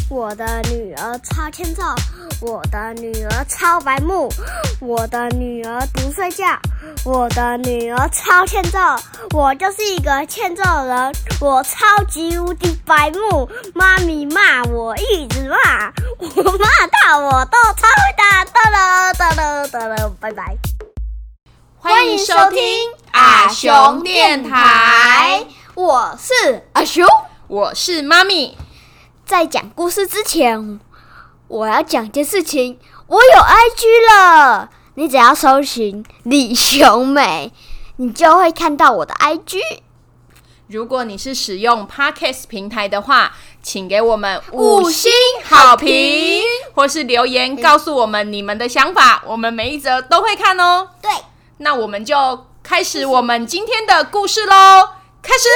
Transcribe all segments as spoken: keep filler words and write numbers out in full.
我的女儿超欠揍，我的女儿超白目，我的女儿不睡觉，我的女儿超欠揍，我就是一个欠揍人，我超级无敌白目，妈咪骂我一直骂，我骂到我都超会打，哒了哒了哒了，拜拜。 欢迎收听阿雄电台， 我是阿雄， 我是妈咪。 在讲故事之前，我要讲件事情，我有 I G 了，你只要搜寻李雄美，你就会看到我的 I G。 如果你是使用 Podcast 平台的话，请给我们五星好评，或是留言告诉我们你们的想法，我们每一则都会看哦。 对， 那我们就开始我们今天的故事咯，开始。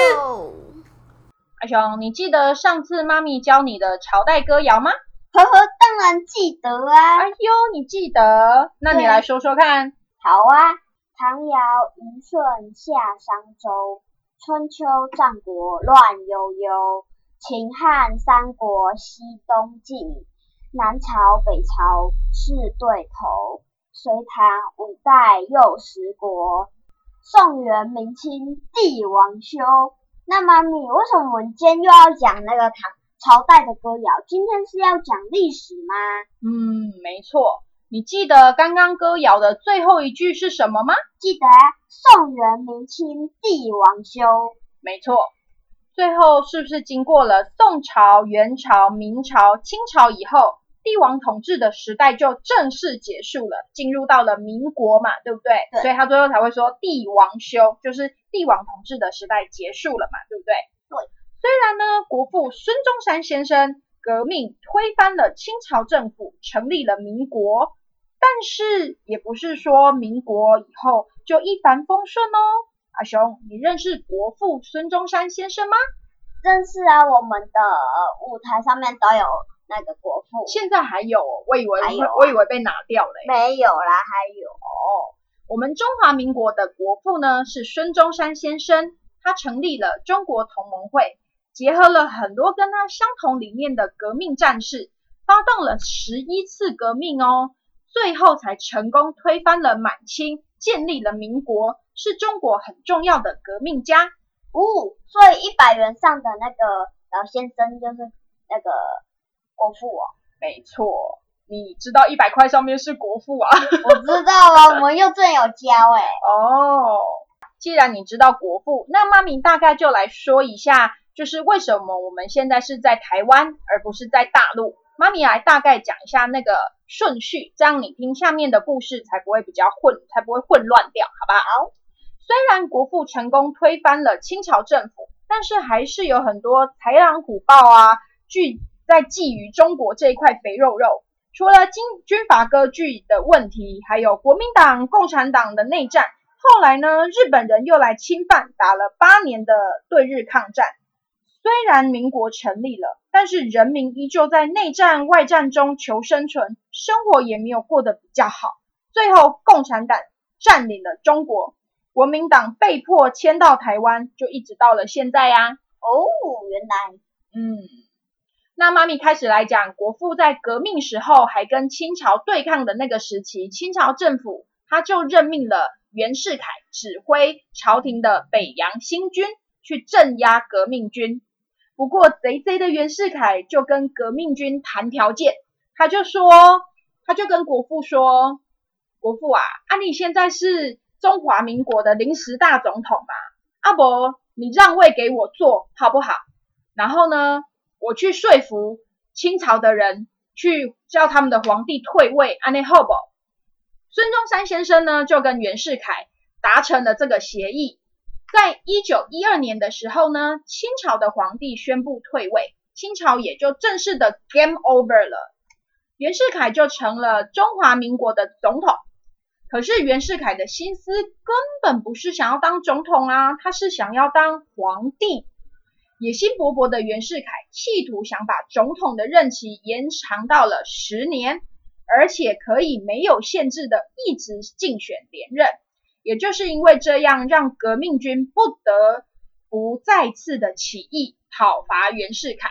阿雄，你记得上次妈咪教你的朝代歌谣吗？ 呵呵，当然记得啊。 哎呦，你记得？那你来说说看。 好啊，唐尧虞舜夏商周，春秋战国乱悠悠，秦汉三国西东晋，南朝北朝是对头，隋唐五代又十国，宋元明清帝王修。那妈咪，为什么我们今天又要讲那个唐朝代的歌谣？今天是要讲历史吗？ 嗯，没错。你记得刚刚歌谣的最后一句是什么吗？ 记得啊，宋元明清帝王修。 没错。最后是不是经过了宋朝、元朝、明朝、清朝以后，帝王统治的时代就正式结束了，进入到了民国嘛，对不对？ 对。 所以他最后才会说帝王修，就是帝王统治的时代结束了嘛，对不对？ 对。 虽然呢，国父孙中山先生革命推翻了清朝政府，成立了民国，但是也不是说民国以后就一帆风顺哦。阿雄，你认识国父孙中山先生吗？ 认识啊，我们的舞台上面都有那个国父。 现在还有哦，我以为、 啊、 我以为被拿掉了。 没有啦，还有哦。我们中华民国的国父呢是孙中山先生，他成立了中国同盟会，结合了很多跟他相同理念的革命战士，发动了十一次革命哦，最后才成功推翻了满清，建立了民国，是中国很重要的革命家。 哦，所以一百元上的那个老先生就是那个国父哦。 没错，你知道一百块上面是国父啊？ 我知道啊，我们幼稚园有教诶。 哦，既然你知道国父，那妈咪大概就来说一下，就是为什么我们现在是在台湾而不是在大陆。妈咪来大概讲一下那个顺序，这样你听下面的故事才不会比较混，才不会混乱掉，好不好？好。虽然国父成功推翻了清朝政府，但是还是有很多豺狼虎豹啊，聚在觊觎中国这一块肥肉肉。除了军军阀割据的问题，还有国民党、共产党的内战。后来呢，日本人又来侵犯，打了八年的对日抗战。虽然民国成立了，但是人民依旧在内战、外战中求生存，生活也没有过得比较好。最后，共产党占领了中国，国民党被迫迁到台湾，就一直到了现在呀、啊。 哦，原来， 嗯。那妈咪开始来讲，国父在革命时候还跟清朝对抗的那个时期，清朝政府他就任命了袁世凯指挥朝廷的北洋新军去镇压革命军。不过贼贼的袁世凯就跟革命军谈条件，他就说，他就跟国父说，国父啊，啊你现在是中华民国的临时大总统嘛，啊不你让位给我做好不好？然后呢，我去说服清朝的人，去叫他们的皇帝退位，安内好不好？孙中山先生呢，就跟袁世凯达成了这个协议。在一九一二年的时候呢，清朝的皇帝宣布退位，清朝也就正式的 game over 了，袁世凯就成了中华民国的总统。可是袁世凯的心思根本不是想要当总统啊，他是想要当皇帝。野心勃勃的袁世凯企图想把总统的任期延长到了十年，而且可以没有限制的一直竞选连任。也就是因为这样，让革命军不得不再次的起义讨伐袁世凯，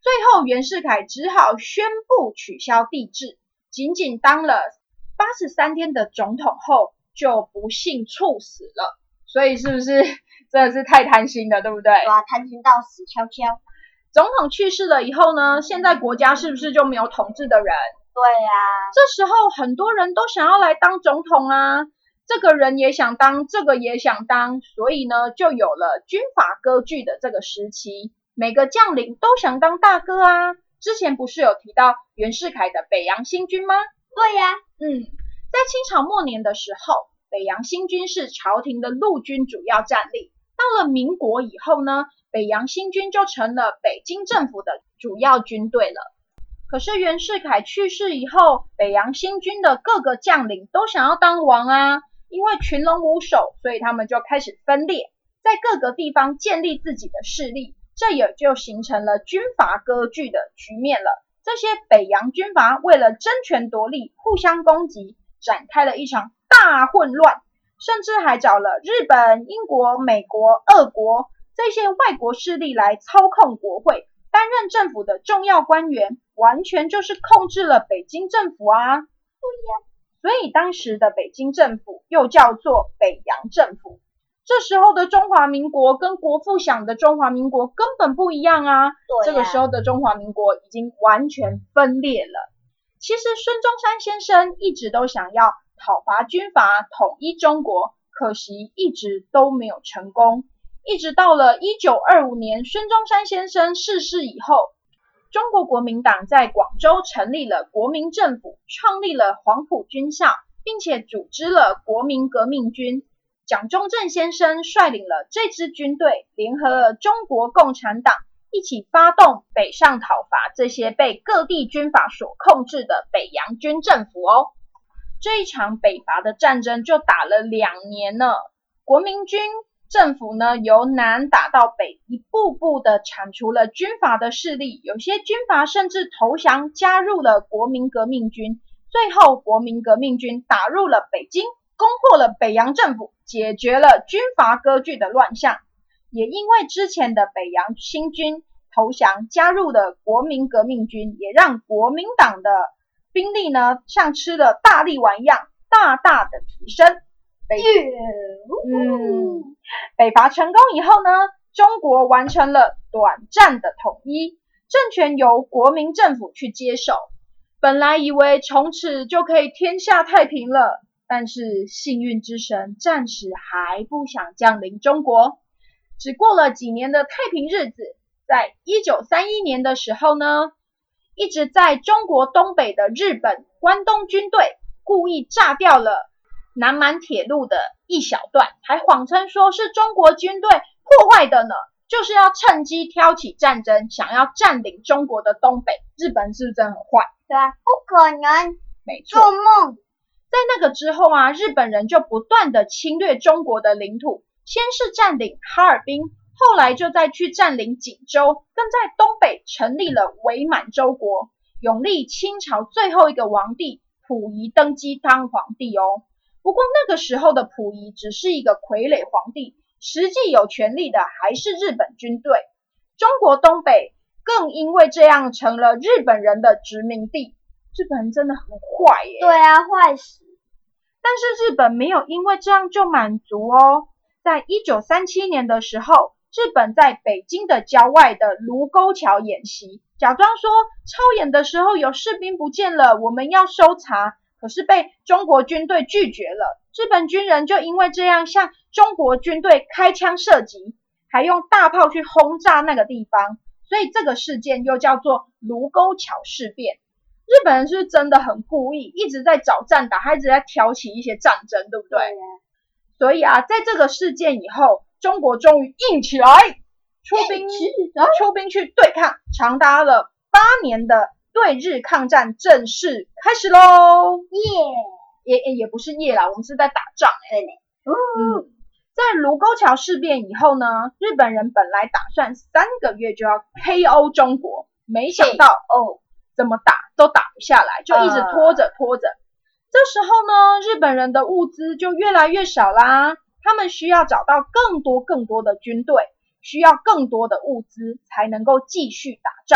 最后袁世凯只好宣布取消帝制，仅仅当了八十三天的总统后就不幸猝死了。所以是不是真的是太贪心了，对不对？ 对啊，贪心到死翘翘。 总统去世了以后呢，现在国家是不是就没有统治的人？ 对啊， 这时候很多人都想要来当总统啊，这个人也想当，这个也想当，所以呢，就有了军阀割据的这个时期，每个将领都想当大哥啊。之前不是有提到袁世凯的北洋新军吗？ 对呀、啊， 嗯，在清朝末年的时候，北洋新军是朝廷的陆军主要战力。到了民国以后呢，北洋新军就成了北京政府的主要军队了。可是袁世凯去世以后，北洋新军的各个将领都想要当王啊，因为群龙无首，所以他们就开始分裂，在各个地方建立自己的势力，这也就形成了军阀割据的局面了。这些北洋军阀为了争权夺利，互相攻击，展开了一场大混乱，甚至还找了日本、英国、美国、俄国这些外国势力来操控国会，担任政府的重要官员，完全就是控制了北京政府啊。对呀，所以当时的北京政府又叫做北洋政府。这时候的中华民国跟国父想的中华民国根本不一样啊。 对啊， 这个时候的中华民国已经完全分裂了。其实孙中山先生一直都想要讨伐军阀，统一中国，可惜一直都没有成功。一直到了一九二五年，孙中山先生逝世以后，中国国民党在广州成立了国民政府，创立了黄埔军校，并且组织了国民革命军。蒋中正先生率领了这支军队，联合了中国共产党，一起发动北上讨伐这些被各地军阀所控制的北洋军政府哦。这一场北伐的战争就打了两年呢。国民军政府呢，由南打到北，一步步的铲除了军阀的势力，有些军阀甚至投降，加入了国民革命军。最后，国民革命军打入了北京，攻破了北洋政府，解决了军阀割据的乱象。也因为之前的北洋新军投降，加入了国民革命军，也让国民党的兵力呢，像吃了大力丸一样，大大的提升。北嗯，北伐成功以后呢，中国完成了短暂的统一，政权由国民政府去接手。本来以为从此就可以天下太平了，但是幸运之神暂时还不想降临中国。只过了几年的太平日子，在一九三一年的时候呢，一直在中国东北的日本关东军队故意炸掉了南满铁路的一小段，还谎称说是中国军队破坏的呢，就是要趁机挑起战争，想要占领中国的东北。日本是不是真的很坏？ 对啊，不可能， 没错， 做梦。 在那个之后啊，日本人就不断的侵略中国的领土，先是占领哈尔滨，后来就再去占领锦州，更在东北成立了伪满洲国，永历清朝最后一个皇帝溥仪登基当皇帝哦。不过那个时候的溥仪只是一个傀儡皇帝，实际有权力的还是日本军队。中国东北更因为这样成了日本人的殖民地。日本人真的很坏耶。 对啊，坏死。 但是日本没有因为这样就满足哦。在一九三七年的时候，日本在北京的郊外的卢沟桥演习，假装说操演的时候有士兵不见了，我们要搜查，可是被中国军队拒绝了。日本军人就因为这样向中国军队开枪射击，还用大炮去轰炸那个地方，所以这个事件又叫做卢沟桥事变。日本人是不是真的很故意，一直在找战打，还一直在挑起一些战争，对不对？ 对啊。 所以啊，在这个事件以后，中国终于硬起来，出兵出兵去对抗，长达了八年的对日抗战正式开始咯。 耶、yeah. 也也也不是耶啦，我们是在打仗哎。嗯，在卢沟桥事变以后呢，日本人本来打算三个月就要 K O 中国，没想到哦，怎么打都打不下来，就一直拖着拖着。这时候呢，日本人的物资就越来越少啦，他们需要找到更多更多的军队，需要更多的物资才能够继续打仗。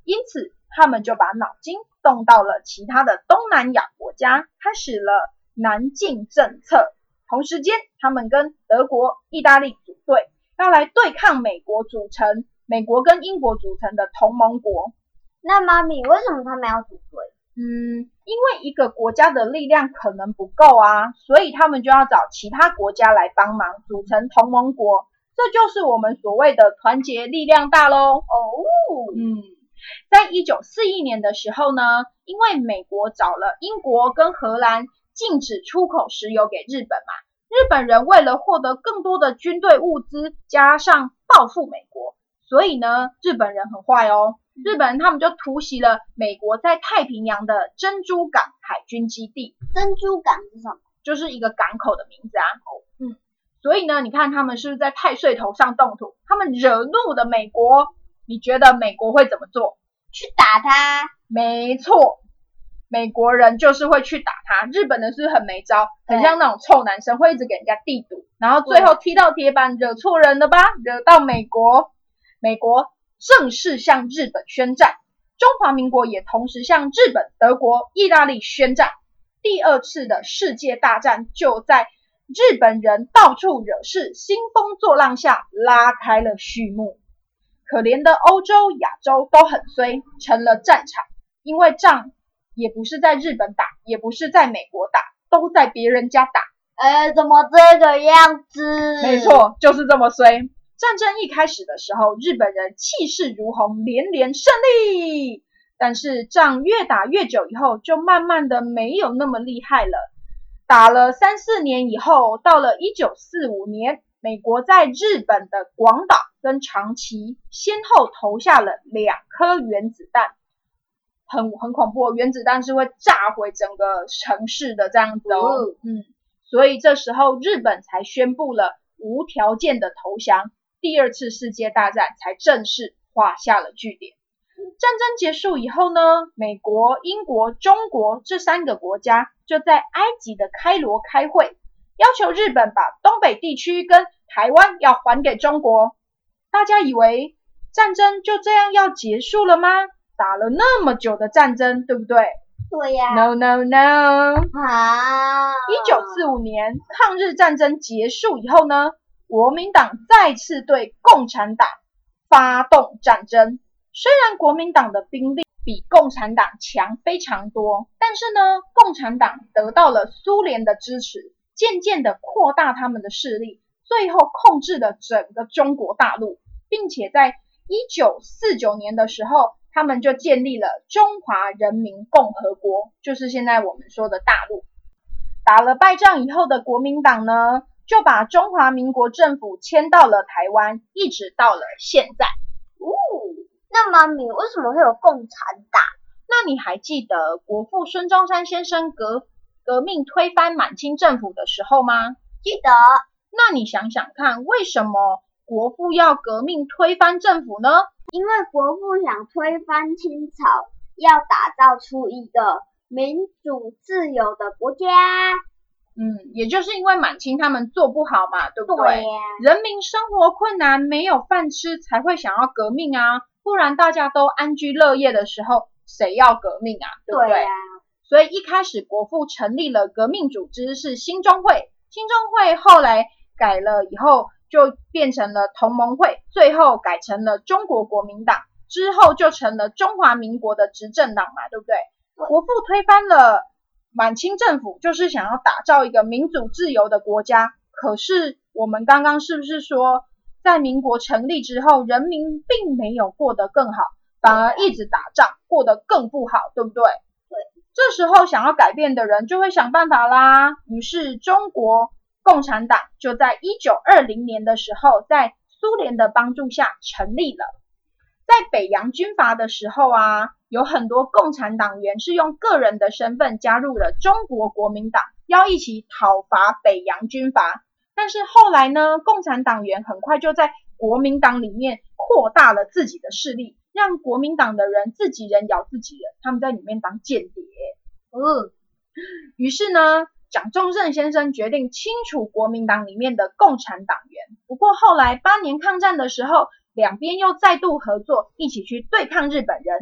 因此他们就把脑筋动到了其他的东南亚国家，开始了南进政策。同时间，他们跟德国、意大利组队，要来对抗美国组成美国跟英国组成的同盟国。 那妈咪，为什么他们要组队？ 嗯，因为一个国家的力量可能不够啊，所以他们就要找其他国家来帮忙，组成同盟国。这就是我们所谓的团结力量大咯。 哦， 嗯，在一九四一年的时候呢，因为美国找了英国跟荷兰禁止出口石油给日本嘛，日本人为了获得更多的军队物资，加上报复美国，所以呢，日本人很坏哦。日本人他们就突袭了美国在太平洋的珍珠港海军基地。 珍珠港是什么？ 就是一个港口的名字啊。嗯，所以呢，你看他们是不是在太岁头上动土？他们惹怒了美国，你觉得美国会怎么做？ 去打他？ 没错，美国人就是会去打他。日本人是不是很没招？很像那种臭男生，会一直给人家地赌，然后最后踢到铁板，惹错人了吧？惹到美国，美国正式向日本宣战，中华民国也同时向日本、德国、意大利宣战。第二次的世界大战就在日本人到处惹事、兴风作浪下拉开了序幕。可怜的欧洲、亚洲都很衰，成了战场。因为仗也不是在日本打，也不是在美国打，都在别人家打。 呃，怎么这个样子？ 没错，就是这么衰。战争一开始的时候，日本人气势如虹，连连胜利。但是仗越打越久以后，就慢慢的没有那么厉害了。打了三四年以后，到了一九四五年，美国在日本的广岛跟长崎先后投下了两颗原子弹，很很恐怖，原子弹是会炸毁整个城市的这样子哦。嗯，所以这时候日本才宣布了无条件的投降，第二次世界大战才正式画下了句点。战争结束以后呢，美国、英国、中国这三个国家就在埃及的开罗开会，要求日本把东北地区跟台湾要还给中国。大家以为战争就这样要结束了吗？打了那么久的战争，对不对？ 对呀。 No no no。 啊。 一九四五年抗日战争结束以后呢，国民党再次对共产党发动战争。虽然国民党的兵力比共产党强非常多，但是呢，共产党得到了苏联的支持，渐渐的扩大他们的势力，最后控制了整个中国大陆，并且在一九四九年的时候，他们就建立了中华人民共和国，就是现在我们说的大陆。打了败仗以后的国民党呢，就把中华民国政府迁到了台湾，一直到了现在。 哦，那妈咪，为什么会有共产党？ 那你还记得国父孙中山先生革革命推翻满清政府的时候吗？ 记得。 那你想想看，为什么国父要革命推翻政府呢？ 因为国父想推翻清朝，要打造出一个民主自由的国家。 嗯，也就是因为满清他们做不好嘛，对不对？ 对呀。 人民生活困难，没有饭吃，才会想要革命啊。不然大家都安居乐业的时候，谁要革命啊？对不对？ 对啊。 所以一开始国父成立了革命组织是兴中会，兴中会后来改了以后就变成了同盟会，最后改成了中国国民党，之后就成了中华民国的执政党嘛，对不对？国父推翻了满清政府，就是想要打造一个民主自由的国家。可是我们刚刚是不是说，在民国成立之后，人民并没有过得更好，反而一直打仗，过得更不好，对不对？ 对。 这时候想要改变的人就会想办法啦。于是中国共产党就在一九二零年的时候，在苏联的帮助下成立了。在北洋军阀的时候啊，有很多共产党员是用个人的身份加入了中国国民党，要一起讨伐北洋军阀。但是后来呢，共产党员很快就在国民党里面扩大了自己的势力，让国民党的人自己人咬自己人，他们在里面当间谍。嗯，于是呢，蒋中正先生决定清除国民党里面的共产党员。不过后来八年抗战的时候，两边又再度合作，一起去对抗日本人。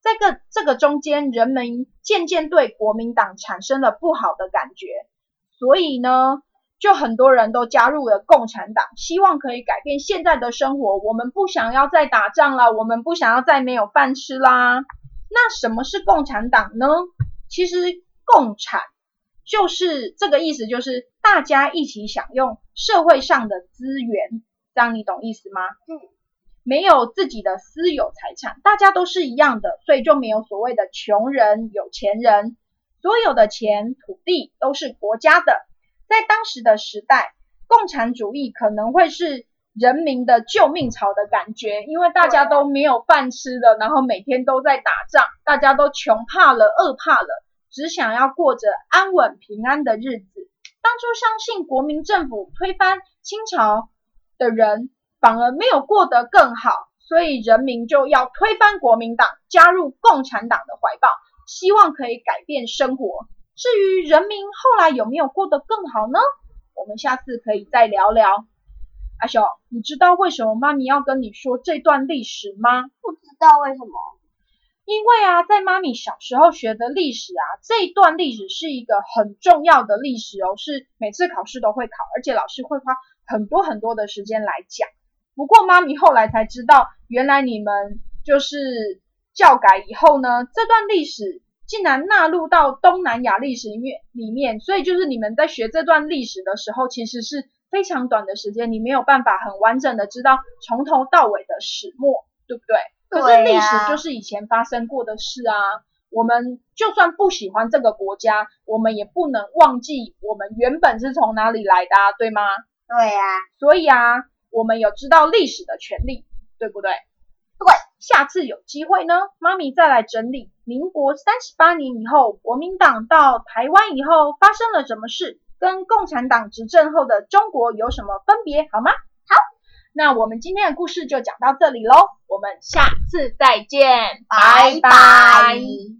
在个这个中间，人们渐渐对国民党产生了不好的感觉，所以呢，就很多人都加入了共产党，希望可以改变现在的生活。我们不想要再打仗啦，我们不想要再没有饭吃啦。那什么是共产党呢？其实共产就是这个意思，就是大家一起享用社会上的资源，这样你懂意思吗？ 嗯， 没有自己的私有财产，大家都是一样的，所以就没有所谓的穷人、有钱人，所有的钱、土地都是国家的。在当时的时代，共产主义可能会是人民的救命草的感觉，因为大家都没有饭吃了，然后每天都在打仗，大家都穷怕了、饿怕了，只想要过着安稳平安的日子。当初相信国民政府推翻清朝的人，反而没有过得更好，所以人民就要推翻国民党，加入共产党的怀抱，希望可以改变生活。至于人民后来有没有过得更好呢？我们下次可以再聊聊。阿雄，你知道为什么妈咪要跟你说这段历史吗？ 不知道为什么。 因为啊，在妈咪小时候学的历史啊，这一段历史是一个很重要的历史哦，是每次考试都会考，而且老师会花很多很多的时间来讲。不过妈咪后来才知道，原来你们就是教改以后呢，这段历史竟然纳入到东南亚历史里面里面，所以就是你们在学这段历史的时候，其实是非常短的时间，你没有办法很完整的知道从头到尾的始末，对不对？可是历史就是以前发生过的事啊，我们就算不喜欢这个国家，我们也不能忘记我们原本是从哪里来的啊，对吗？ 对啊， 所以啊，我们有知道历史的权利，对不对？ 对， 下次有机会呢，妈咪再来整理民国三十八年以后，国民党到台湾以后发生了什么事，跟共产党执政后的中国有什么分别，好吗？ 好， 那我们今天的故事就讲到这里咯，我们下次再见， 拜拜。 拜拜。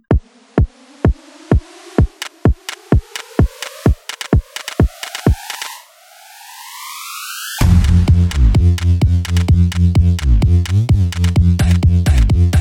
Bye.